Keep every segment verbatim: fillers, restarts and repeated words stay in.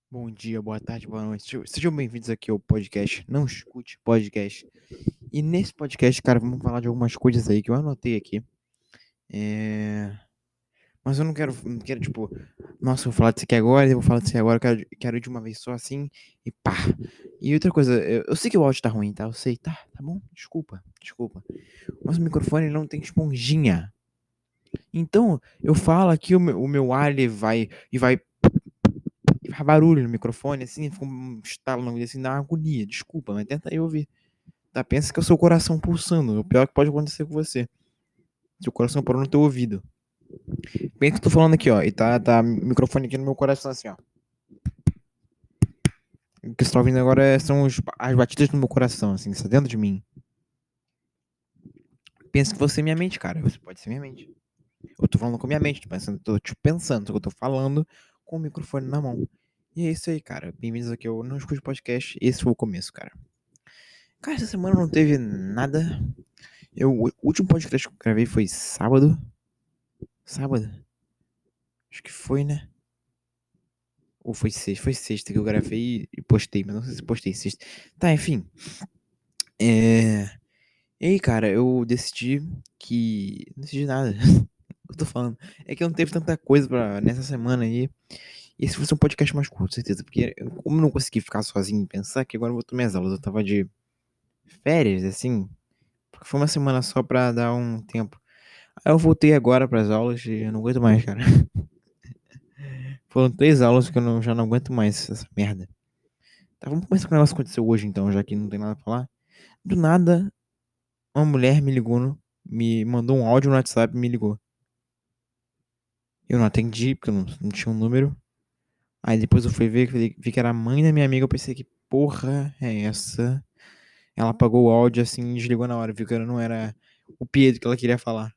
Bom dia, boa tarde, boa noite. Sejam sejam bem-vindos aqui ao podcast Não Escute Podcast. E nesse podcast, cara, vamos falar de algumas coisas aí que eu anotei aqui. É... Mas eu não quero, não quero, tipo, nossa, eu vou falar disso aqui agora, eu vou falar disso aqui agora, eu quero, quero ir de uma vez só assim e pá. E outra coisa, eu, eu sei que o áudio tá ruim, tá? Eu sei, tá, tá bom? Desculpa, desculpa. Mas o microfone não tem esponjinha. Então, eu falo aqui, o meu, o meu ar ele vai e vai e faz barulho no microfone, assim, fica um estalo no ouvido, assim, dá uma agonia. Desculpa, mas tenta aí ouvir. Tá? Pensa que é o seu coração pulsando. O pior que pode acontecer com você. Seu coração parou no teu ouvido. Pensa que eu tô falando aqui, ó. E tá, tá microfone aqui no meu coração, assim, ó. O que você tá ouvindo agora é- são os- as batidas do meu coração, assim, isso é dentro de mim. Pensa que você é minha mente, cara. Você pode ser minha mente. Eu tô falando com minha mente, tô pensando, tô te pensando, só que eu tô falando com o microfone na mão. E é isso aí, cara. Bem-vindos aqui ao Não Escute Podcast. Esse foi o começo, cara. Cara, essa semana não teve nada. Eu, o último podcast que eu gravei foi sábado. Sábado? Acho que foi, né? Ou foi sexta? Foi sexta que eu gravei e postei, mas não sei se postei sexta. Tá, enfim. É. E aí, cara, eu decidi que. Não decidi nada. Eu tô falando. É que não teve tanta coisa pra... nessa semana aí. E esse fosse um podcast mais curto, certeza. Porque eu, como eu não consegui ficar sozinho e pensar, que agora eu vou tomar as aulas. Eu tava de férias, assim. Porque foi uma semana só pra dar um tempo. Aí eu voltei agora pras aulas e eu não aguento mais, cara. Foram três aulas que eu não- já não aguento mais essa merda. Tá, vamos começar com o negócio que aconteceu hoje então, já que não tem nada pra falar. Do nada, uma mulher me ligou, no- me mandou um áudio no WhatsApp e me ligou. Eu não atendi, porque eu não, não tinha um número. Aí depois eu fui ver, vi vi que era a mãe da minha amiga, eu pensei que porra é essa? Ela apagou o áudio assim e desligou na hora, viu que eu não era o Pedro que ela queria falar.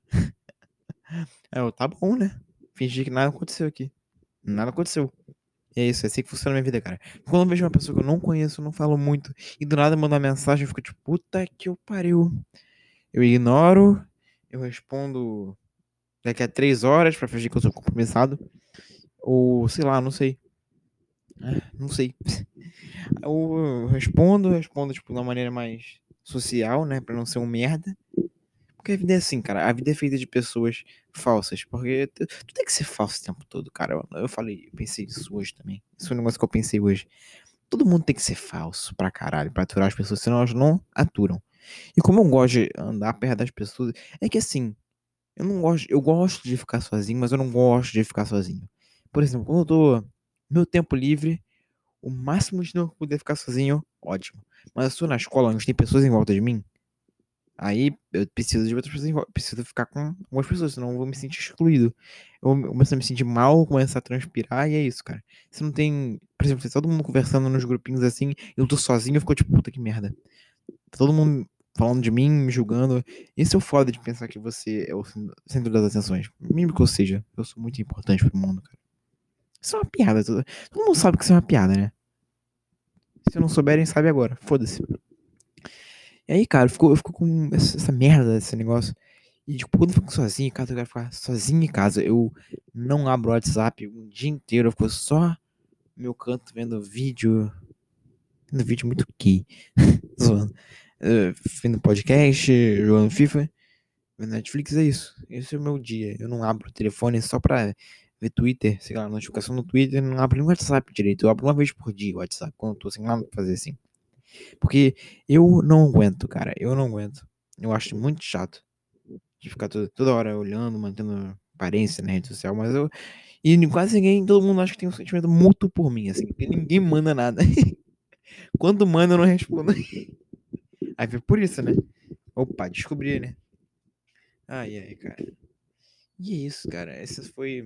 Aí eu, tá bom, né? Fingi que nada aconteceu aqui. Nada aconteceu. E é isso, é assim que funciona a minha vida, cara. Quando eu vejo uma pessoa que eu não conheço, eu não falo muito, e do nada manda uma mensagem, eu fico tipo, puta que eu pariu. Eu ignoro, eu respondo daqui a três horas pra fingir que eu sou compromissado, ou sei lá, não sei. Ah, não sei. Ou eu respondo, respondo, tipo, de uma maneira mais social, né, pra não ser um merda. Porque a vida é assim, cara, a vida é feita de pessoas falsas, porque tu, tu tem que ser falso o tempo todo, cara. Eu, eu falei, eu pensei nisso hoje também. Isso é um negócio que eu pensei hoje. Todo mundo tem que ser falso pra caralho, pra aturar as pessoas, senão elas não aturam. E como eu gosto de andar perto das pessoas, é que assim, eu não gosto, eu gosto de ficar sozinho, mas eu não gosto de ficar sozinho. Por exemplo, quando eu tô no meu tempo livre, o máximo de não poder ficar sozinho, ótimo. Mas eu estou na escola onde tem pessoas em volta de mim, aí eu preciso de outras pessoas em volta, preciso ficar com algumas pessoas, senão eu vou me sentir excluído. Eu vou começar a me sentir mal, começar a transpirar, e é isso, cara. Se não tem, por exemplo, se todo mundo conversando nos grupinhos assim, eu tô sozinho, eu fico tipo, puta que merda. Tá todo mundo falando de mim, me julgando. Esse é o foda de pensar que você é o centro das atenções. Mesmo que eu seja, eu sou muito importante pro mundo, cara. Isso é uma piada. Todo, todo mundo sabe que isso é uma piada, né? Se não souberem, sabe agora. Foda-se. E aí, cara, eu fico, eu fico com essa, essa merda desse negócio. E, tipo, quando eu fico sozinho em casa, eu quero ficar sozinho em casa. Eu não abro o WhatsApp um dia inteiro. Eu fico só no meu canto vendo vídeo. Vendo vídeo muito gay. Zoando. Uh, vendo podcast, jogando FIFA. Netflix é isso. Esse é o meu dia. Eu não abro o telefone só pra ver Twitter, sei lá, notificação no Twitter, não abro nem o WhatsApp direito. Eu abro uma vez por dia o WhatsApp, quando eu tô sem nada pra fazer assim. Porque eu não aguento, cara. Eu não aguento. Eu acho muito chato de ficar toda, toda hora olhando, mantendo aparência na rede social, mas eu. E quase ninguém, todo mundo acha que tem um sentimento mútuo por mim, assim, porque ninguém manda nada. Quando manda, eu não respondo. Aí foi por isso, né? Opa, descobri, né? Ai, ai, cara. E é isso, cara. Essa foi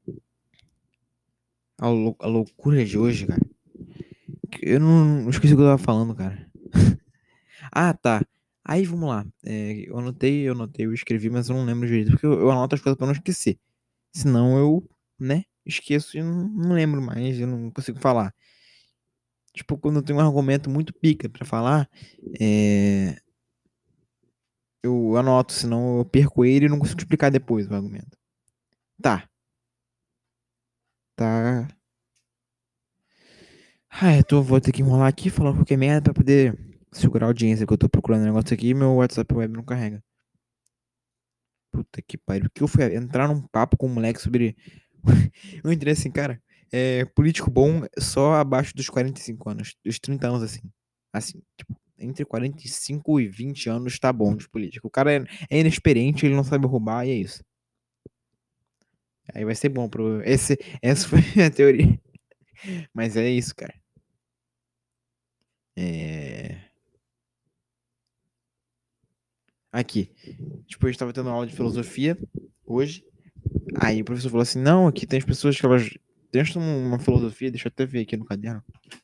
a, lou- a loucura de hoje, cara. Eu não, não esqueci o que eu tava falando, cara. Ah, tá. Aí vamos lá. É, eu anotei, eu anotei, eu escrevi, mas eu não lembro direito. Porque eu, eu anoto as coisas pra não esquecer. Senão eu, né, esqueço e não, não lembro mais, eu não consigo falar. Tipo, quando eu tenho um argumento muito pica pra falar, é, eu anoto, senão eu perco ele e não consigo explicar depois o argumento. Tá, tá. Ah, eu tô, vou ter que enrolar aqui, falar qualquer merda pra poder segurar a audiência que eu tô procurando um negócio aqui e meu WhatsApp web não carrega. Puta que pariu. Que eu fui entrar num papo com um moleque sobre. Eu entrei assim, cara. É, político bom só abaixo dos quarenta e cinco anos. Dos trinta anos, assim. Assim, tipo, entre quarenta e cinco e vinte anos tá bom de político. O cara é, é inexperiente, ele não sabe roubar e é isso. Aí vai ser bom pro. Esse, essa foi a minha teoria. Mas é isso, cara. É. Aqui. Tipo, a gente tava tendo aula de filosofia hoje. Aí o professor falou assim: não, aqui tem as pessoas que elas testam uma filosofia, deixa eu até ver aqui no caderno.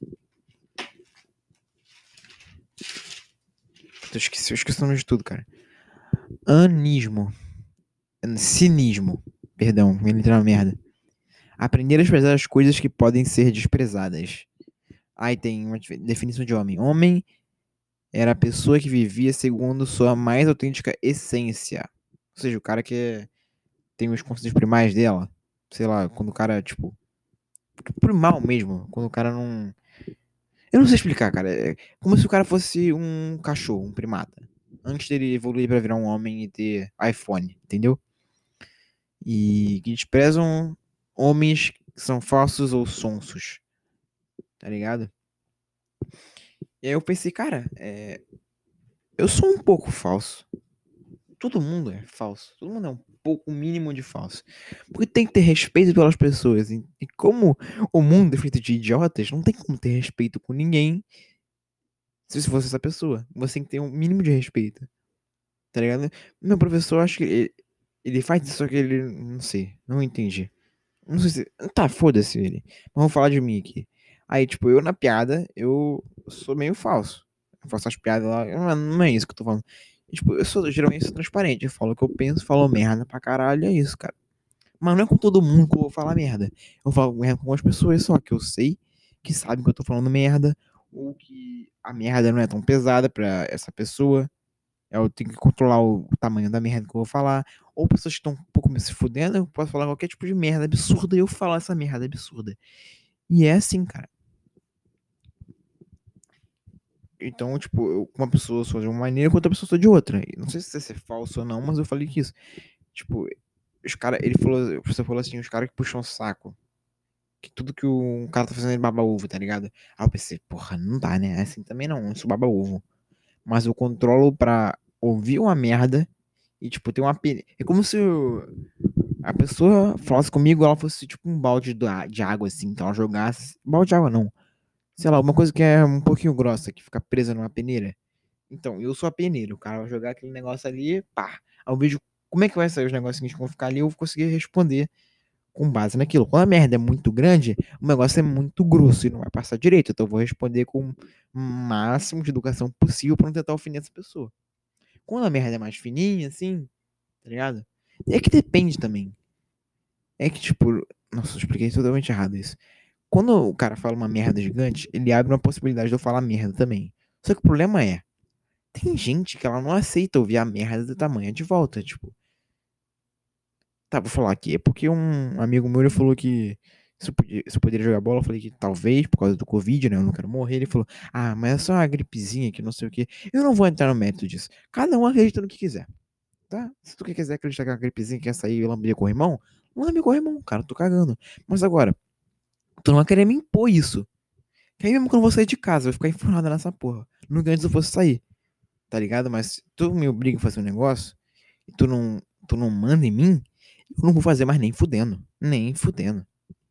Eu esqueci, eu esqueci o nome de tudo, cara. Anismo. Cinismo. Perdão, me literal merda. Aprender a desprezar as coisas que podem ser desprezadas. Aí tem uma definição de homem. Homem era a pessoa que vivia segundo sua mais autêntica essência. Ou seja, o cara que é- tem os conceitos primais dela. Sei lá, quando o cara, tipo. Primal mesmo. Quando o cara não. Eu não sei explicar, cara. É como se o cara fosse um cachorro, um primata. Antes dele evoluir pra virar um homem e ter iPhone, entendeu? E que desprezam homens que são falsos ou sonsos, tá ligado? E aí eu pensei, cara, é, eu sou um pouco falso. Todo mundo é falso. Todo mundo é um pouco mínimo de falso. Porque tem que ter respeito pelas pessoas. E, e como o mundo é feito de idiotas, não tem como ter respeito com ninguém se você fosse essa pessoa. Você tem que ter um mínimo de respeito, tá ligado? Meu professor, acho que ele, ele faz isso, só que ele, não sei, não entendi. Não sei se. Tá, foda-se ele. Mas vamos falar de mim aqui. Aí, tipo, eu na piada, eu sou meio falso. Eu faço as piadas lá. Não, não é isso que eu tô falando. E, tipo, eu sou, geralmente sou transparente. Eu falo o que eu penso, falo merda pra caralho, é isso, cara. Mas não é com todo mundo que eu vou falar merda. Eu falo merda com algumas pessoas só que eu sei que sabem que eu tô falando merda. Ou que a merda não é tão pesada pra essa pessoa. Eu tenho que controlar o tamanho da merda que eu vou falar. Ou pessoas que estão um pouco me se fudendo, eu posso falar qualquer tipo de merda absurda e eu falar essa merda absurda. E é assim, cara. Então, tipo, eu, uma pessoa sou de uma maneira, com outra pessoa sou de outra. E não sei se isso é falso ou não, mas eu falei que isso. Tipo, os caras, ele falou, o professor falou assim, os caras que puxam o saco. Que tudo que o um cara tá fazendo é baba ovo, tá ligado? Aí eu pensei, porra, não dá, né? Assim também não, eu sou baba ovo. Mas eu controlo pra ouvir uma merda e, tipo, ter uma. pe- É como se eu- a pessoa falasse comigo, ela fosse tipo um balde do a- de água, assim, então ela jogasse. Balde de água não. Sei lá, uma coisa que é um pouquinho grossa, que fica presa numa peneira. Então, eu sou a peneira, o cara vai jogar aquele negócio ali, pá. Aí eu vejo como é que vai sair os negocinhos que vão ficar ali, eu vou conseguir responder com base naquilo. Quando a merda é muito grande, o negócio é muito grosso e não vai passar direito. Então eu vou responder com o máximo de educação possível pra não tentar ofender essa pessoa. Quando a merda é mais fininha, assim, tá ligado? É que depende também. É que, tipo, nossa, eu expliquei totalmente errado isso. Quando o cara fala uma merda gigante, ele abre uma possibilidade de eu falar merda também. Só que o problema é, tem gente que ela não aceita ouvir a merda do tamanho de volta. Tipo, tá, vou falar aqui. É porque um amigo meu ele falou que se eu, podia, se eu poderia jogar bola, eu falei que talvez, por causa do Covid, né? Eu não quero morrer. Ele falou, ah, mas é só uma gripezinha que não sei o quê. Eu não vou entrar no mérito disso. Cada um acredita no que quiser, tá? Se tu quiser acreditar que é uma gripezinha quer sair e lamber com o irmão, lambe com o irmão, cara, tô cagando. Mas agora, tu não vai querer me impor isso. Que aí mesmo quando eu vou sair de casa, eu vou ficar enfornada nessa porra. Nunca antes eu fosse sair, tá ligado? Mas tu me obriga a fazer um negócio e tu não, tu não manda em mim, eu não vou fazer mais nem fudendo. Nem fudendo.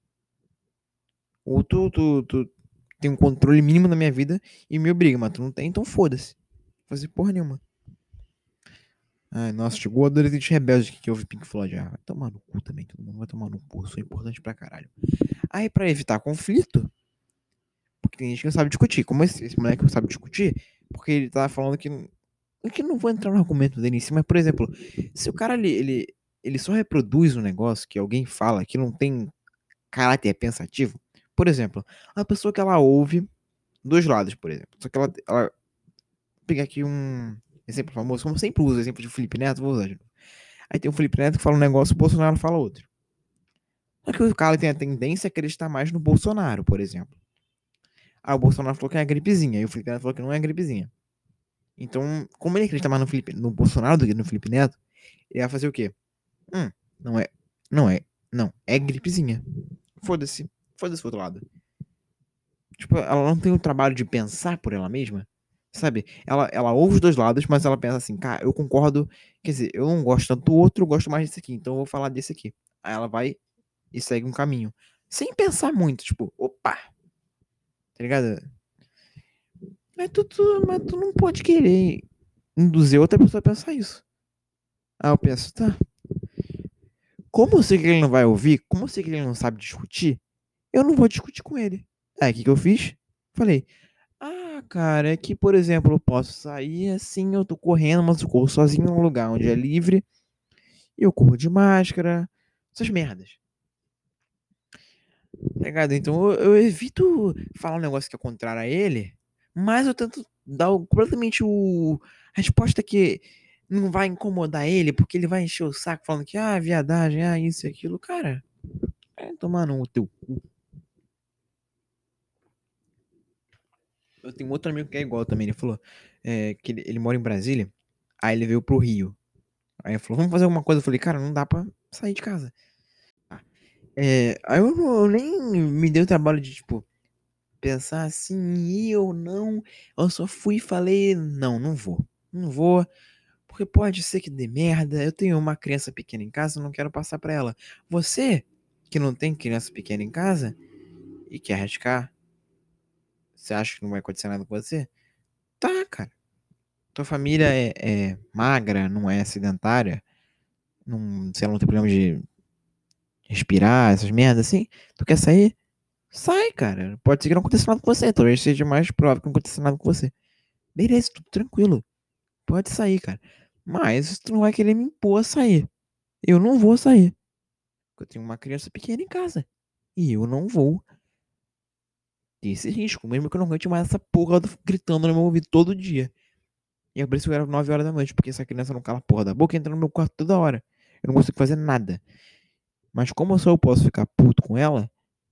Ou tu, tu, tu tem um controle mínimo na minha vida e me obriga, mas tu não tem, então foda-se. Vou fazer porra nenhuma. Ai, nossa, chegou a adolescente rebelde que ouve Pink Floyd. Ah, vai tomar no cu também, todo mundo vai tomar no cu, eu sou importante pra caralho. Aí, pra evitar conflito, porque tem gente que não sabe discutir, como esse, esse moleque não sabe discutir, porque ele tá falando que. Eu que não vou entrar no argumento dele em si, mas, por exemplo, se o cara ele, ele, ele só reproduz um negócio que alguém fala que não tem caráter pensativo, por exemplo, a pessoa que ela ouve dois lados, por exemplo. Só que ela, ela vou pegar aqui um exemplo famoso, como sempre uso o exemplo de Felipe Neto, vou usar. Aí tem o Felipe Neto que fala um negócio, o Bolsonaro fala outro. Só que o cara tem a tendência a acreditar mais no Bolsonaro, por exemplo. Aí o Bolsonaro falou que é gripezinha. E o Felipe Neto falou que não é gripezinha. Então, como ele acredita mais no, Felipe, no Bolsonaro do que no Felipe Neto, ele vai fazer o quê? Hum, não é. Não é. Não, é gripezinha. Foda-se. Foda-se o outro lado. Tipo, ela não tem o trabalho de pensar por ela mesma. Sabe? Ela, ela ouve os dois lados, mas ela pensa assim, cara, eu concordo. Quer dizer, eu não gosto tanto do outro, eu gosto mais desse aqui. Então eu vou falar desse aqui. Aí ela vai e segue um caminho. Sem pensar muito, tipo, opa, tá ligado? Mas tu, tu, mas tu não pode querer induzir outra pessoa a pensar isso. Aí eu penso, tá. Como eu sei que ele não vai ouvir, como eu sei que ele não sabe discutir, eu não vou discutir com ele. Aí o que, que eu fiz? Falei, ah, cara, é que, por exemplo, eu posso sair assim, eu tô correndo, mas eu corro sozinho num lugar onde é livre, e eu corro de máscara, essas merdas. Tá ligado? Então eu, eu evito falar um negócio que é contrário a ele, mas eu tento dar o- completamente o, a resposta que não vai incomodar ele, porque ele vai encher o saco falando que, ah, viadagem, ah, isso e aquilo. Cara, é tomar no teu cu. Eu tenho outro amigo que é igual também. Ele falou é, que ele, ele mora em Brasília, aí ele veio pro Rio. Aí ele falou, vamos fazer alguma coisa. Eu falei, cara, não dá pra sair de casa. Ah, É, aí eu, não- eu nem me dei o trabalho de, tipo, pensar assim, e eu não. Eu só fui e falei, não, não vou. Não vou, porque pode ser que dê merda. Eu tenho uma criança pequena em casa, eu não quero passar pra ela. Você, que não tem criança pequena em casa e quer arriscar, você acha que não vai acontecer nada com você? Tá, cara. Tua família é, é magra, não é sedentária, não, sei lá, não tem problema de respirar, essas merdas assim. Tu quer sair? Sai, cara. Pode ser que não aconteça nada com você. Talvez seja mais provável que não aconteça nada com você. Beleza, tudo tranquilo. Pode sair, cara. Mas tu não vai querer me impor a sair. Eu não vou sair. Porque eu tenho uma criança pequena em casa. E eu não vou ter esse risco. Mesmo que eu não aguente mais essa porra do- gritando no meu ouvido todo dia. E é por isso que eu era nove horas da noite. Porque essa criança não cala a porra da boca e entra no meu quarto toda hora. Eu não consigo fazer nada. Mas como só eu posso ficar puto com ela,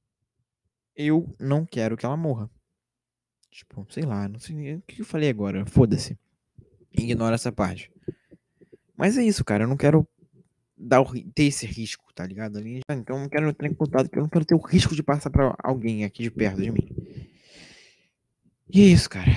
eu não quero que ela morra. Tipo, sei lá, não sei nem o que eu falei agora. Foda-se. Ignora essa parte. Mas é isso, cara. Eu não quero dar o, ri- ter esse risco, tá ligado? Ali, então eu não quero entrar em contato, porque eu não quero ter o risco de passar pra alguém aqui de perto de mim. E é isso, cara.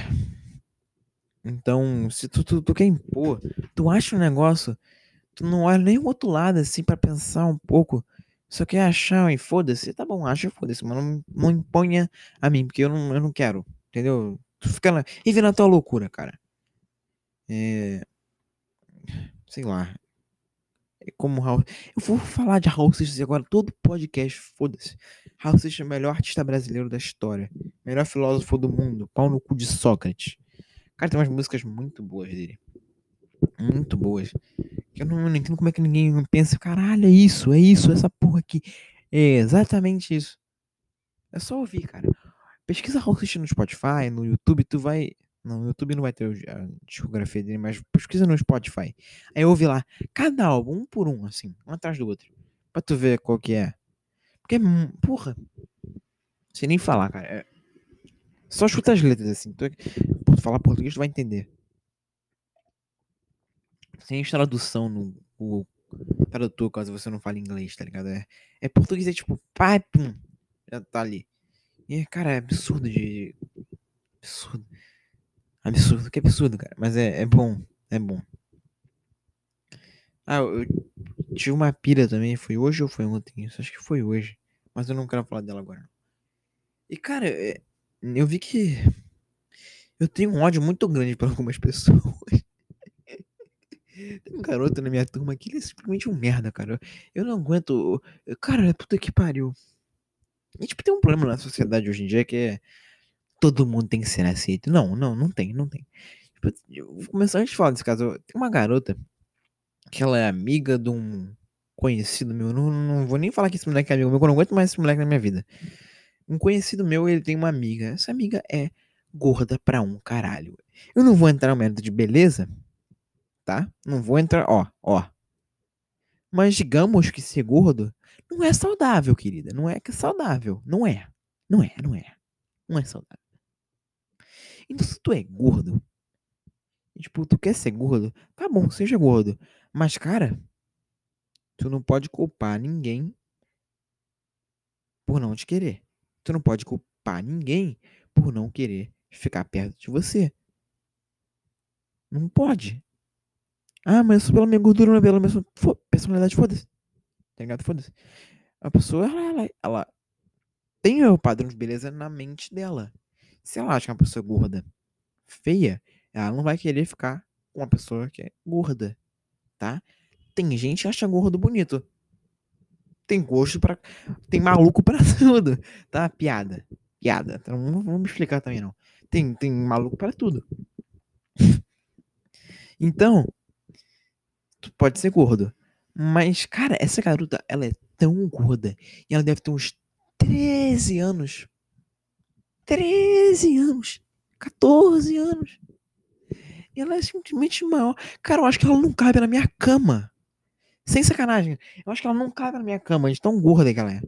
Então, se tu, tu, tu quer impor, tu acha um negócio, tu não olha nem o outro lado assim pra pensar um pouco. Só quer achar e foda-se, tá bom, acha, foda-se, mas não, não imponha a mim, porque eu não, eu não quero, entendeu? Tu fica lá e vê na tua loucura, cara. É, sei lá, é como Raul. Eu vou falar de Raul Seixas agora, todo podcast, foda-se. Raul Seixas é o melhor artista brasileiro da história. Melhor filósofo do mundo. Pau no cu de Sócrates. Cara, tem umas músicas muito boas dele. Muito boas. Que eu não, não entendo como é que ninguém pensa, caralho, é isso, é isso, essa porra aqui. É exatamente isso. É só ouvir, cara. Pesquisa Raul Seixas no Spotify, no YouTube, tu vai. Não, no YouTube não vai ter a discografia dele, mas pesquisa no Spotify. Aí ouve lá, cada álbum, um por um, assim, um atrás do outro. Pra tu ver qual que é. Porque, hum, porra, sem nem falar, cara. É- só escuta as letras, assim. Tu, por falar português, tu vai entender. Sem tradução no Google Tradutor, caso você não fale inglês, tá ligado? É, é português, é tipo, pá, pum, já tá ali. E, cara, é absurdo de. Absurdo. Absurdo, que absurdo, cara. Mas é, é bom, é bom. Ah, eu, eu tive uma pira também, foi hoje ou foi ontem? Isso, acho que foi hoje. Mas eu não quero falar dela agora. E, cara, é- eu vi que eu tenho um ódio muito grande por algumas pessoas. Tem um garoto na minha turma que ele é simplesmente um merda, cara. Eu não aguento. Cara, puta que pariu. E, tipo, tem um problema na sociedade hoje em dia que é todo mundo tem que ser aceito. Não, não, não tem, não tem. Tipo, eu vou começar antes de falar desse caso. Tem uma garota que ela é amiga de um conhecido meu. Não, não vou nem falar que esse moleque é amigo meu, que eu não aguento mais esse moleque na minha vida. Um conhecido meu, ele tem uma amiga. Essa amiga é gorda pra um caralho. Eu não vou entrar no mérito de beleza, tá? Não vou entrar, ó, ó. Mas digamos que ser gordo não é saudável, querida. Não é que é saudável. Não é. Não é, não é. Não é saudável. Então, se tu é gordo, e, tipo, tu quer ser gordo, tá bom, seja gordo. Mas, cara, tu não pode culpar ninguém por não te querer. Tu não pode culpar ninguém por não querer ficar perto de você. Não pode. Ah, mas só pela minha gordura, não é pela minha fo- personalidade, foda-se. Tá ligado? Foda-se. A pessoa, ela, ela, ela tem o padrão de beleza na mente dela. Se ela acha que é uma pessoa gorda feia, ela não vai querer ficar com uma pessoa que é gorda, tá? Tem gente que acha gordo bonito. Tem gosto pra. Tem maluco pra tudo, tá? Piada. Piada. Então não vamos me explicar também, não. Tem, tem maluco pra tudo. Então, tu pode ser gordo. Mas, cara, essa garota, ela é tão gorda. E ela deve ter uns treze anos. Treze anos. quatorze anos. E ela é simplesmente maior. Cara, eu acho que ela não cabe na minha cama. Sem sacanagem. Eu acho que ela não cabe na minha cama, de tão gorda que ela é.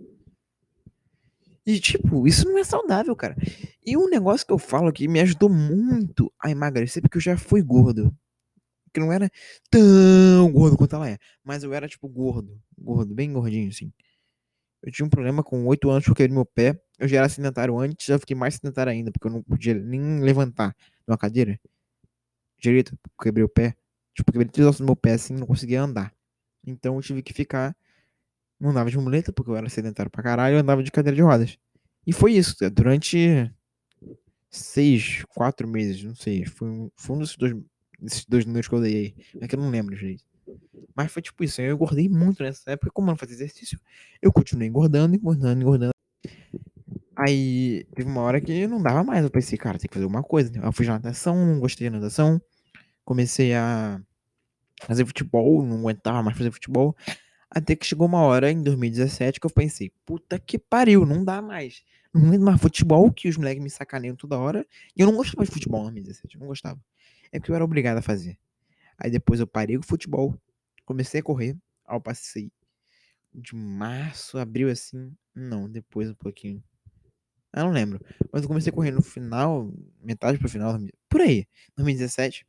E, tipo, isso não é saudável, cara. E um negócio que eu falo aqui me ajudou muito a emagrecer, porque eu já fui gordo. Que não era tão gordo quanto ela é. Mas eu era, tipo, gordo. Gordo, bem gordinho, assim. Eu tinha um problema com oito anos porque eu quebrei meu pé. Eu já era sedentário antes, eu fiquei mais sedentário ainda, porque eu não podia nem levantar de uma cadeira direito. Quebrei o pé. Tipo, quebrei três ossos no meu pé, assim, não conseguia andar. Então eu tive que ficar. Não andava de muleta, porque eu era sedentário pra caralho, eu andava de cadeira de rodas. E foi isso, durante seis, quatro meses, não sei. Foi um, foi um desses dois, desses dois números que eu dei aí. É que eu não lembro direito. Mas foi tipo isso, eu engordei muito nessa época, como eu não fazia exercício, eu continuei engordando, engordando, engordando. Aí teve uma hora que não dava mais, eu pensei, cara, tem que fazer alguma coisa. Eu fui de natação, não gostei de natação, comecei a fazer futebol, não aguentava mais fazer futebol. Até que chegou uma hora em dois mil e dezessete que eu pensei, puta que pariu, não dá mais. Não aguento mais futebol, que os moleques me sacaneiam toda hora. E eu não gostava de futebol em dois mil e dezessete, eu não gostava. É porque eu era obrigado a fazer. Aí depois eu parei com o futebol, comecei a correr. Aí eu passei de março, abril assim. Não, depois um pouquinho. Eu não lembro. Mas eu comecei a correr no final, metade pro final, por aí, dois mil e dezessete.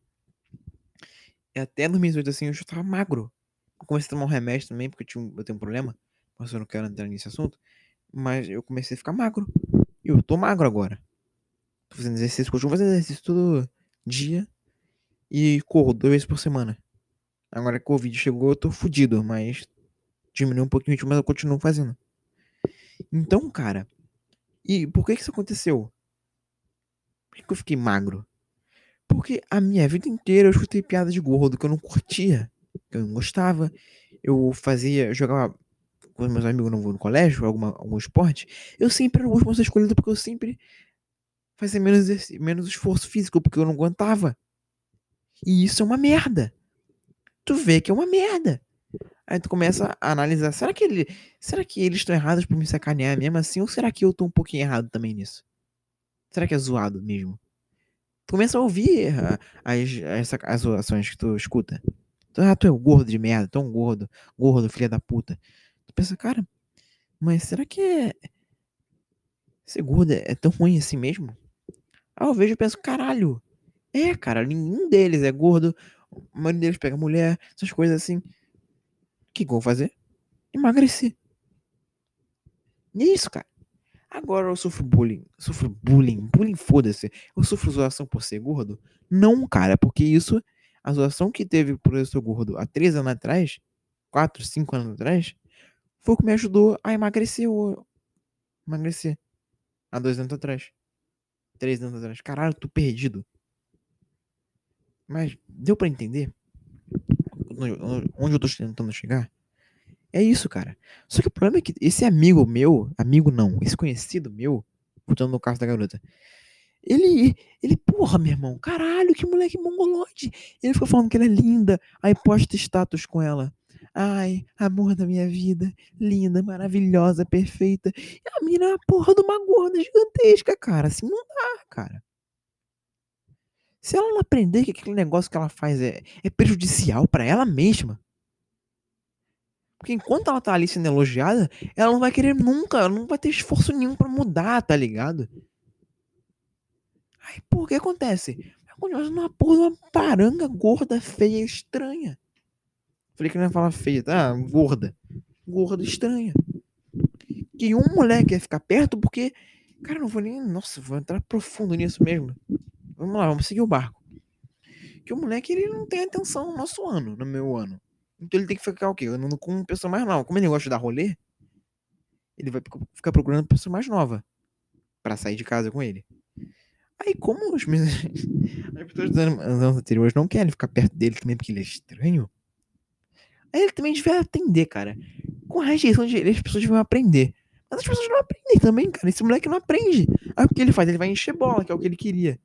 E até dois mil e dezoito assim eu já tava magro. Eu comecei a tomar um remédio também, porque eu, tinha um, eu tenho um problema. Mas eu não quero entrar nesse assunto. Mas eu comecei a ficar magro. E eu tô magro agora. Tô fazendo exercício, continuo fazendo exercício todo dia. E corro duas vezes por semana. Agora que o Covid chegou, eu tô fudido, mas diminuiu um pouquinho o ritmo, mas eu continuo fazendo. Então, cara, e por que que isso aconteceu? Por que que eu fiquei magro? Porque a minha vida inteira eu escutei piada de gordo que eu não curtia, que eu não gostava. Eu fazia, eu jogava com os meus amigos no, no colégio, alguma, algum esporte. Eu sempre era o último a ser escolhido porque eu sempre fazia menos, menos esforço físico, porque eu não aguentava. E isso é uma merda. Tu vê que é uma merda. Aí tu começa a analisar, será que ele, será que eles estão errados por me sacanear mesmo assim, ou será que eu tô um pouquinho errado também nisso? Será que é zoado mesmo? Tu começa a ouvir ah, as, as, as zoações que tu escuta. Tu, ah, tu é o gordo de merda, tão gordo, gordo, filha da puta. Tu pensa, cara, mas será que é, ser gordo é tão ruim assim mesmo? Aí eu vejo e penso, caralho, é, cara, nenhum deles é gordo, a maioria deles pega mulher, essas coisas assim. O que que eu vou fazer? Emagrecer. E é isso, cara. Agora eu sofro bullying. Sofro bullying. Bullying, foda-se. Eu sofro zoação por ser gordo? Não, cara, porque isso, a zoação que teve por eu ser gordo há três anos atrás, quatro, cinco anos atrás, foi o que me ajudou a emagrecer. Ou emagrecer. Há dois anos atrás. Três anos atrás. Caralho, eu tô perdido. Mas deu pra entender onde eu tô tentando chegar? É isso, cara. Só que o problema é que esse amigo meu, amigo não, esse conhecido meu, voltando no caso da garota, Ele, ele, porra, meu irmão, caralho, que moleque mongoloide. Ele ficou falando que ela é linda, aí posta status com ela. Ai, amor da minha vida, linda, maravilhosa, perfeita. E a mina é a porra de uma gorda gigantesca, cara. Assim não dá, cara. Se ela não aprender que aquele negócio que ela faz é, é prejudicial pra ela mesma, porque enquanto ela tá ali sendo elogiada, ela não vai querer nunca, ela não vai ter esforço nenhum pra mudar, tá ligado? Aí, pô, o que acontece? Continua sendo uma porra de uma paranga gorda, feia, estranha. Falei que não ia falar feia, tá? Gorda. Gorda, estranha. Que um moleque ia ficar perto porque. Cara, não vou nem. Nossa, vou entrar profundo nisso mesmo. Vamos lá, vamos seguir o barco. Que o moleque, ele não tem atenção no nosso ano, no meu ano. Então ele tem que ficar o quê? Andando com uma pessoa mais nova. Como ele gosta de dar rolê, ele vai ficar procurando uma pessoa mais nova pra sair de casa com ele. Aí, como os meus... as pessoas dos anos, anos anteriores não querem ficar perto dele também porque ele é estranho, aí ele também devia atender, cara. Com a rejeição de ele, as pessoas deviam aprender. Mas as pessoas não aprendem também, cara. Esse moleque não aprende. Aí o que ele faz? Ele vai encher bola, que é o que ele queria.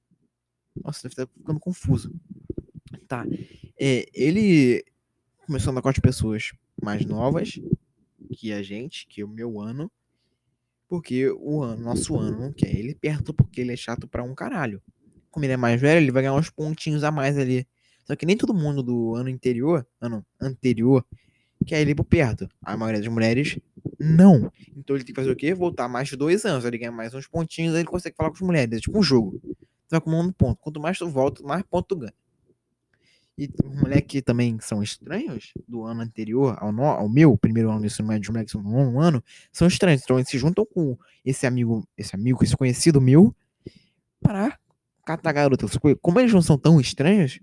Nossa, deve estar ficando confuso. Tá. É, ele começou a andar com as pessoas mais novas que a gente, que o meu ano, porque o ano, nosso ano não quer ele perto, porque ele é chato pra um caralho. Como ele é mais velho, ele vai ganhar uns pontinhos a mais ali. Só que nem todo mundo do ano anterior, ano anterior, quer ele por perto. A maioria das mulheres, não. Então ele tem que fazer o quê? Voltar mais de dois anos. Ele ganha mais uns pontinhos, aí ele consegue falar com as mulheres. É tipo um jogo. Tu vai acumulando ponto. Quanto mais tu volta, mais ponto tu ganha. E os moleques que também são estranhos, do ano anterior ao, no, ao meu, primeiro ano do ensino médio, os moleques do nono ano, são estranhos. Então eles se juntam com esse amigo, esse amigo, esse conhecido meu, para catar garotas. Como eles não são tão estranhos,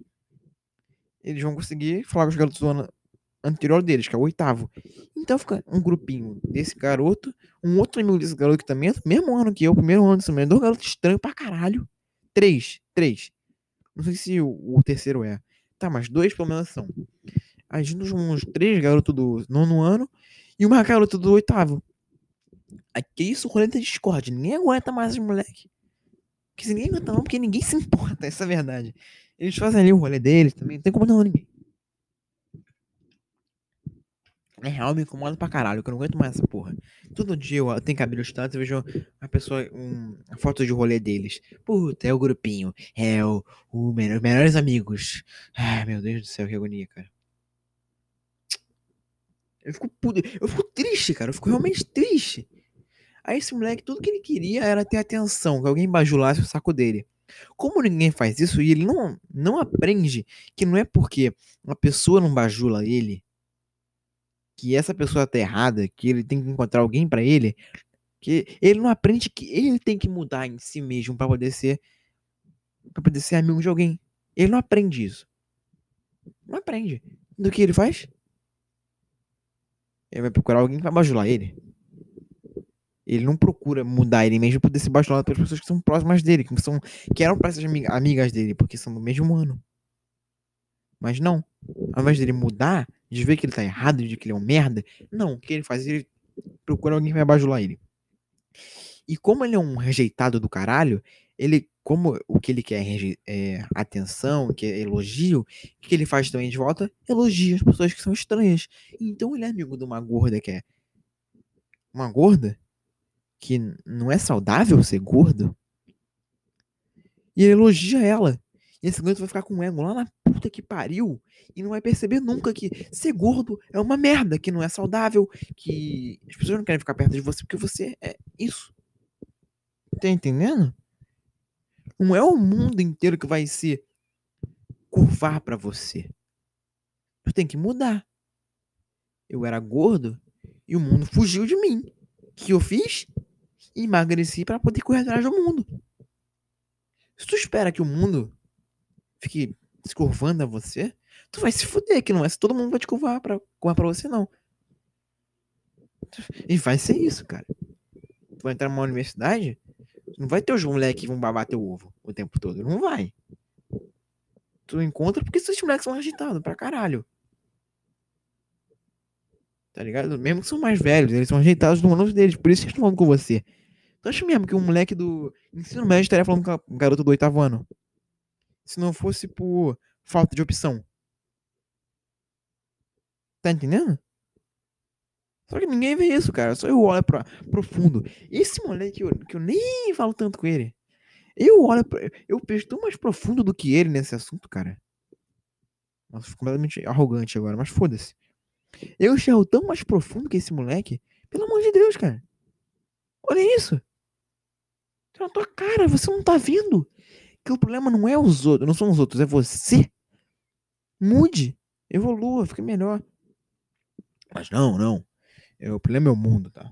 eles vão conseguir falar com os garotos do ano anterior deles, que é o oitavo. Então fica um grupinho desse garoto, um outro amigo desse garoto que também é do mesmo ano que eu, primeiro ano desse médio, dois garotos estranhos pra caralho. Três, três. Não sei se o, o terceiro é. Tá, mas dois pelo menos são. Aí juntos uns três garotos do nono ano e uma garota do oitavo. Aqui isso rolê da Discord. Ninguém aguenta mais os moleque. Porque ninguém aguenta não, porque ninguém se importa, essa é a verdade. Eles fazem ali o rolê deles também, não tem como não ninguém. É real, me incomoda pra caralho, que eu não aguento mais essa porra. Todo dia eu tenho cabelo status e vejo a pessoa, um, a foto de rolê deles. Puta, é o grupinho, é o, o melhor, os melhores amigos. Ai, meu Deus do céu, que agonia, cara. Eu fico puto, eu fico triste, cara, eu fico realmente triste. Aí esse moleque, tudo que ele queria era ter atenção, que alguém bajulasse o saco dele. Como ninguém faz isso e ele não, não aprende que não é porque uma pessoa não bajula ele, que essa pessoa tá errada, que ele tem que encontrar alguém pra ele, que ele não aprende que ele tem que mudar em si mesmo pra poder ser para poder ser amigo de alguém. Ele não aprende isso. Não aprende. Do que ele faz? Ele vai procurar alguém que vai bajular ele. Ele não procura mudar ele mesmo pra poder ser bajulado pelas pessoas que são próximas dele, que são que eram pra ser amigas dele, porque são do mesmo ano. Mas não. Ao invés dele mudar, de ver que ele tá errado, de que ele é um merda, não. O que ele faz? Ele procura alguém que vai bajular ele. E como ele é um rejeitado do caralho, ele, como o que ele quer é atenção, que é elogio, o que ele faz também de volta? Elogia as pessoas que são estranhas. Então ele é amigo de uma gorda que é uma gorda que não é saudável ser gordo. E ele elogia ela. E esse gordo vai ficar com o ego lá na puta que pariu e não vai perceber nunca que ser gordo é uma merda, que não é saudável, que as pessoas não querem ficar perto de você porque você é isso. Tá entendendo? Não é o mundo inteiro que vai se curvar pra você. Tu tem que mudar. Eu era gordo e o mundo fugiu de mim. O que eu fiz? Emagreci pra poder correr atrás do mundo. Se tu espera que o mundo fique se curvando a você, tu vai se fuder, que não é se todo mundo vai te curvar pra, curvar pra você, não. E vai ser isso, cara. Tu vai entrar numa universidade, não vai ter os moleques que vão babar teu ovo o tempo todo. Não vai. Tu encontra porque esses moleques são agitados pra caralho. Tá ligado? Mesmo que são mais velhos, eles são ajeitados no ano deles, por isso que eles estão falando com você. Tu acha mesmo que um moleque do ensino médio estaria falando com a garota do oitavo ano? Se não fosse por falta de opção. Tá entendendo? Só que ninguém vê isso, cara. Só eu olho pra, pro fundo. Esse moleque, eu, que eu nem falo tanto com ele. Eu olho pra, eu penso tão mais profundo do que ele nesse assunto, cara. Nossa, fico completamente arrogante agora, mas foda-se. Eu enxergo tão mais profundo que esse moleque. Pelo amor de Deus, cara. Olha isso. Tá na tua cara, você não tá vendo que o problema não é os outros, não são os outros, é você. Mude, evolua, fique melhor. Mas não, não. É, o problema é o mundo, tá?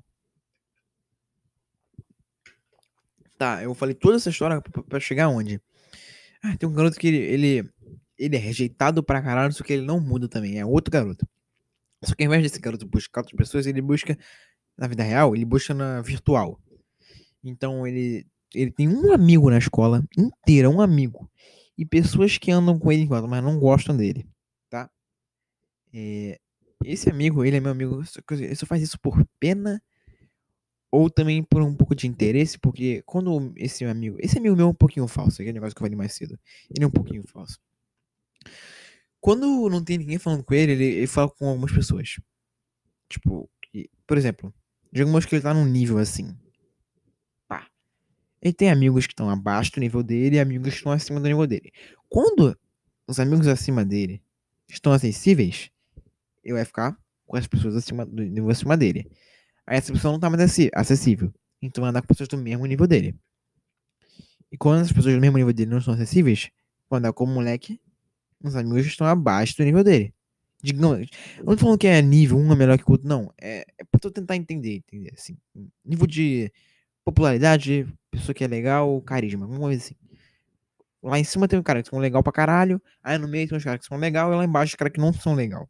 Tá, eu falei toda essa história pra, pra chegar onde? Ah, tem um garoto que ele, ele, ele é rejeitado pra caralho, só que ele não muda também. É outro garoto. Só que ao invés desse garoto buscar outras pessoas, ele busca na vida real, ele busca na virtual. Então ele, ele tem um amigo na escola inteira, um amigo. E pessoas que andam com ele enquanto, mas não gostam dele, tá? É, esse amigo, ele é meu amigo, só que ele só faz isso por pena ou também por um pouco de interesse, porque quando esse amigo, esse amigo meu é um pouquinho falso, aquele negócio que eu falei mais cedo, ele é um pouquinho falso. Quando não tem ninguém falando com ele, ele, ele fala com algumas pessoas. Tipo, e, por exemplo, digamos que ele tá num nível assim. Pá. Ele tem amigos que estão abaixo do nível dele e amigos que estão acima do nível dele. Quando os amigos acima dele estão acessíveis, ele vai ficar com as pessoas acima do nível acima dele. Aí essa pessoa não tá mais acessí- acessível. Então vai andar com pessoas do mesmo nível dele. E quando as pessoas do mesmo nível dele não são acessíveis, vai andar com o moleque, os amigos que estão abaixo do nível dele. Digamos, eu não tô falando que é nível, um é melhor que o outro, não. É, é pra tu tentar entender, entender, assim. Nível de popularidade, pessoa que é legal, carisma, alguma coisa assim. Lá em cima tem um cara que são legal pra caralho, aí no meio tem uns caras que são legal, e lá embaixo os caras que não são legal.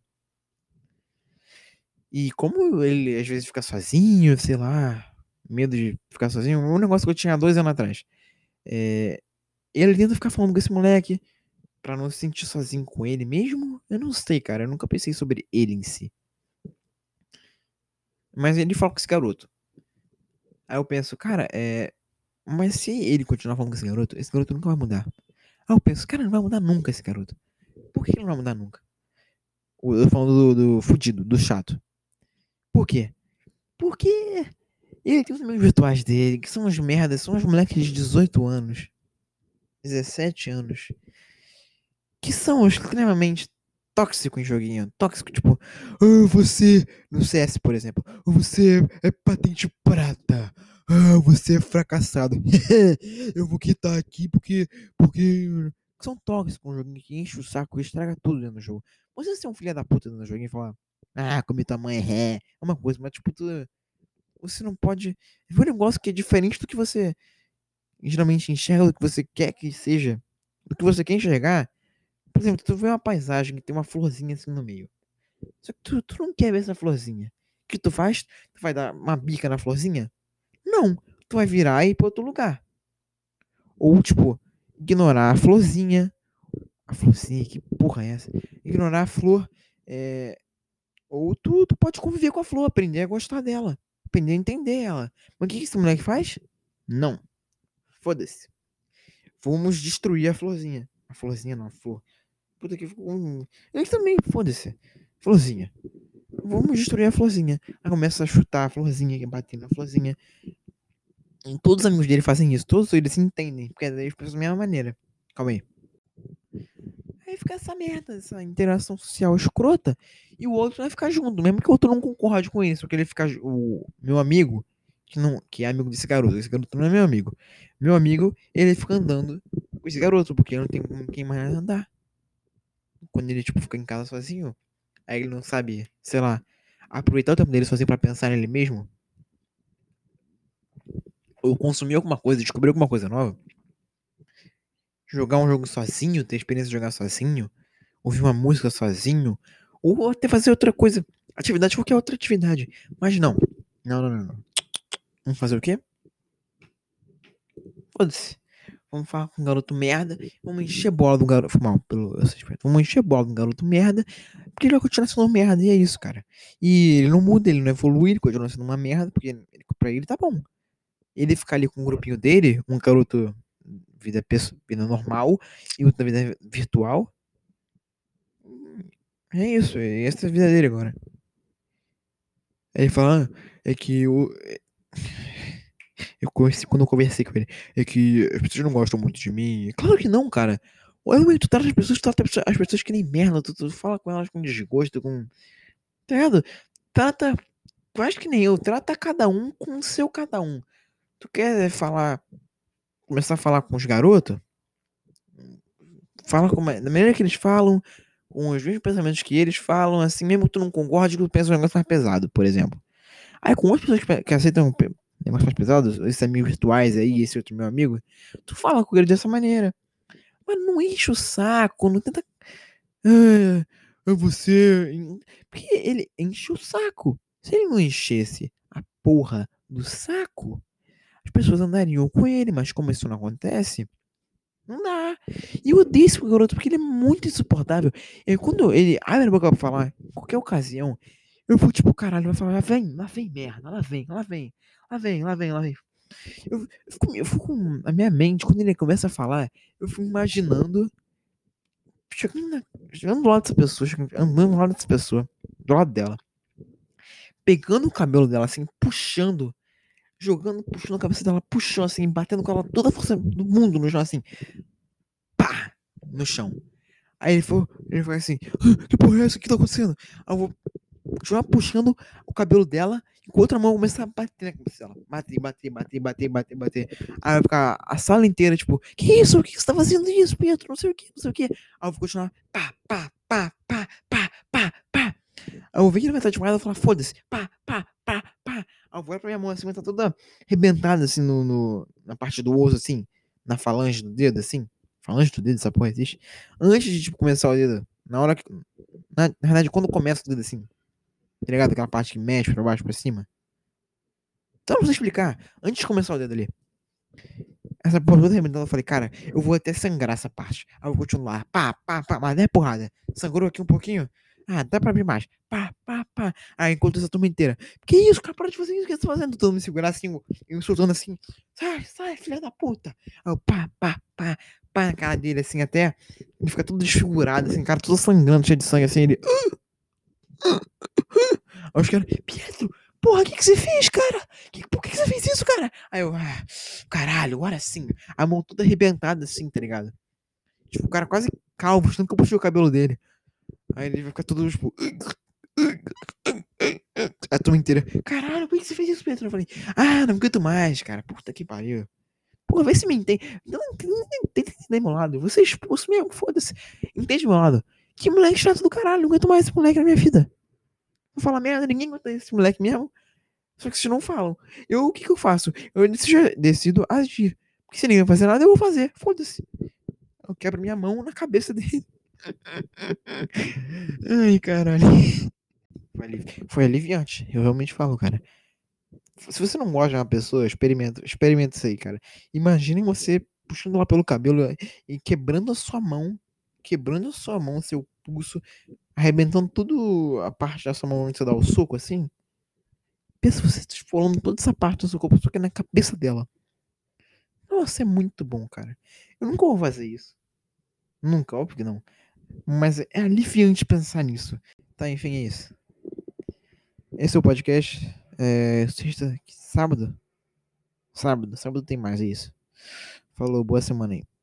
E como ele às vezes fica sozinho, sei lá, medo de ficar sozinho, um negócio que eu tinha há dois anos atrás. É, ele tenta ficar falando com esse moleque pra não se sentir sozinho com ele mesmo. Eu não sei, cara, eu nunca pensei sobre ele em si. Mas ele fala com esse garoto. Aí eu penso, cara, é. Mas se ele continuar falando com esse garoto, esse garoto nunca vai mudar. Aí eu penso, cara, não vai mudar nunca esse garoto. Por que ele não vai mudar nunca? O- Eu tô falando do, do fudido, do chato. Por quê? Porque ele tem os amigos virtuais dele, que são uns merdas, são uns moleques de dezoito anos, dezessete anos, que são extremamente tóxicos em joguinho. Tóxico, tipo, ah, você, no C S, por exemplo, você é patente prata. Ah, você é fracassado. Eu vou quitar aqui porque. Porque. São tóxicos um joguinho que enche o saco e estraga tudo dentro do jogo. Você ser um filho da puta dentro do joguinho e falar, ah, comi tua mãe, é, é uma coisa, mas tipo, tu, você não pode. É um negócio que é diferente do que você geralmente enxerga, do que você quer que seja, do que você quer enxergar. Por exemplo, tu vê uma paisagem que tem uma florzinha assim no meio. Só que tu, tu não quer ver essa florzinha. O que tu faz? Tu vai dar uma bica na florzinha? Não. Tu vai virar e ir pra outro lugar. Ou, tipo, ignorar a florzinha. A florzinha, que porra é essa? Ignorar a flor. É... Ou tu, tu pode conviver com a flor, aprender a gostar dela. Aprender a entender ela. Mas o que que esse moleque faz? Não. Foda-se. Vamos destruir a florzinha. A florzinha não, a flor. Puta que ficou um. Ele também, foda-se. Florzinha. Vamos destruir a florzinha. Aí começa a chutar a florzinha, bater na florzinha. E todos os amigos dele fazem isso. Todos eles se entendem. Porque eles pensam da mesma maneira. Calma aí. Aí fica essa merda, essa interação social escrota. E o outro vai ficar junto. Mesmo que o outro não concorde com isso. Porque ele fica. O meu amigo, que, não, que é amigo desse garoto. Esse garoto não é meu amigo. Meu amigo, ele fica andando com esse garoto. Porque não tem com quem mais andar. Quando ele, tipo, fica em casa sozinho. Aí ele não sabe, sei lá, aproveitar o tempo dele sozinho pra pensar nele mesmo. Ou consumir alguma coisa, descobrir alguma coisa nova. Jogar um jogo sozinho, ter experiência de jogar sozinho. Ouvir uma música sozinho. Ou até fazer outra coisa. Atividade, qualquer outra atividade. Mas não. Não, não, não, não. Vamos fazer o quê? Foda-se. Vamos falar com um garoto merda. Vamos encher a bola do garoto. Foi mal, pelo esse aspecto. Vamos encher a bola do garoto merda. Porque ele vai continuar sendo uma merda. E é isso, cara. E ele não muda, ele não evolui, ele continua sendo uma merda. Porque ele, pra ele tá bom. Ele ficar ali com o grupinho dele, um garoto vida, pessoa, vida normal e outro na vida virtual. É isso, é essa é a vida dele agora. Aí ele fala, ah, é que eu, eu conheci, quando eu conversei com ele, é que as pessoas não gostam muito de mim. Claro que não, cara. Olha, tu trata as pessoas, tu trata as pessoas que nem merda, tu, tu fala com elas com desgosto, com. Tá ligado? Trata. Faz que nem eu, trata cada um com o seu cada um. Tu quer falar. começar a falar com os garotos, fala como é, da maneira que eles falam, com os mesmos pensamentos que eles falam, assim, mesmo que tu não concorde, que tu pensa um negócio mais pesado, por exemplo. Aí com outras pessoas que, pe- que aceitam pe- negócios mais pesados, esses amigos virtuais aí, esse outro meu amigo, tu fala com ele dessa maneira. Mas não enche o saco, não tenta. Ah, é você. Porque ele enche o saco. Se ele não enchesse a porra do saco, as pessoas andariam com ele, mas como isso não acontece, não dá. E eu odeio esse garoto porque ele é muito insuportável. E quando ele abre a boca pra falar, em qualquer ocasião, eu vou tipo, caralho, vai falar, lá vem, lá vem merda, lá vem, lá vem, lá vem, lá vem, lá vem. Eu, eu fico, eu fico com a minha mente, quando ele começa a falar, eu fico imaginando chegando, na- chegando do lado dessa pessoa, chegando- andando do lado dessa pessoa, do lado dela, pegando o cabelo dela, assim, puxando, jogando, puxando a cabeça dela, puxando, assim, batendo com ela toda a força do mundo no chão, assim, pá, no chão. Aí ele foi, ele foi assim, "Ah, que porra é essa? O que tá acontecendo?" Aí eu vou continuar puxando o cabelo dela, e com a outra mão começar a bater na cabeça dela. Bater, bater, bater, bater, bater, bater. Aí vai ficar a sala inteira, tipo, que isso? O que você tá fazendo isso, Pedro? Não sei o que, não sei o que. Aí eu vou continuar, pá, pá, pá, pá, pá, pá, pá. Aí eu vi que ele vai estar de manhã e falar, foda-se, pá, pá, pá, pá. Aí eu vou olhar pra minha mão assim, vai estar toda arrebentada assim no, no- na parte do osso, assim, na falange do dedo, assim. Falange do dedo, essa porra existe. Antes de, tipo, começar o dedo. Na hora que. Na, na verdade, quando começa o dedo assim, tá ligado? Aquela parte que mexe pra baixo, pra cima. Então, não precisa explicar. Antes de começar o dedo ali. Essa porra toda arrebentada, eu falei, cara, eu vou até sangrar essa parte. Aí eu vou continuar. Pá, pá, pá, mas dez porrada. Sangrou aqui um pouquinho. Ah, dá pra abrir mais. Pá, pá, pá. Aí enquanto essa turma inteira. Que isso, cara, para de fazer isso. O que você tá fazendo? Todo mundo me segurar assim, eu eu soltando assim. Sai, sai, filha da puta. Aí eu pá, pá, pá, pá na cara dele, assim, até ele fica todo desfigurado, assim, cara, todo sangrando, cheio de sangue, assim. Ele. Aí os caras, Pietro, porra, o que que você fez, cara? Que, por que que você fez isso, cara? Aí eu, ah, caralho, agora sim. A mão toda arrebentada, assim, tá ligado? Tipo, o cara quase calvo, tanto que eu puxei o cabelo dele. Aí ele vai ficar todo, tipo. A turma inteira. Caralho, por que você fez isso, Pedro? Eu falei, ah, não aguento mais, cara. Puta que pariu. Porra, vê se me entende. Não, não tenta entender meu lado. Você é expulso mesmo, foda-se. Entende meu lado. Que moleque chato do caralho. Não aguento mais esse moleque na minha vida. Vou falar merda, ninguém aguenta esse moleque mesmo. Só que vocês não falam. Eu, o que que eu faço? Eu decido, decido agir. Porque se ninguém vai fazer nada, eu vou fazer. Foda-se. Eu quebro minha mão na cabeça dele. Ai, caralho. Foi, alivi- foi aliviante. Eu realmente falo, cara. Se você não gosta de uma pessoa, experimenta, experimenta isso aí, cara. Imaginem você puxando lá pelo cabelo e quebrando a sua mão, quebrando a sua mão, seu pulso, arrebentando tudo a parte da sua mão onde você dá o soco, assim. Pensa você esfolando toda essa parte do seu corpo, só que é na cabeça dela. Nossa, é muito bom, cara. Eu nunca vou fazer isso. Nunca, óbvio que não. Mas é aliviante pensar nisso. Tá, enfim, é isso. Esse é o podcast. É, sexta, sábado? Sábado, sábado tem mais, é isso. Falou, boa semana aí.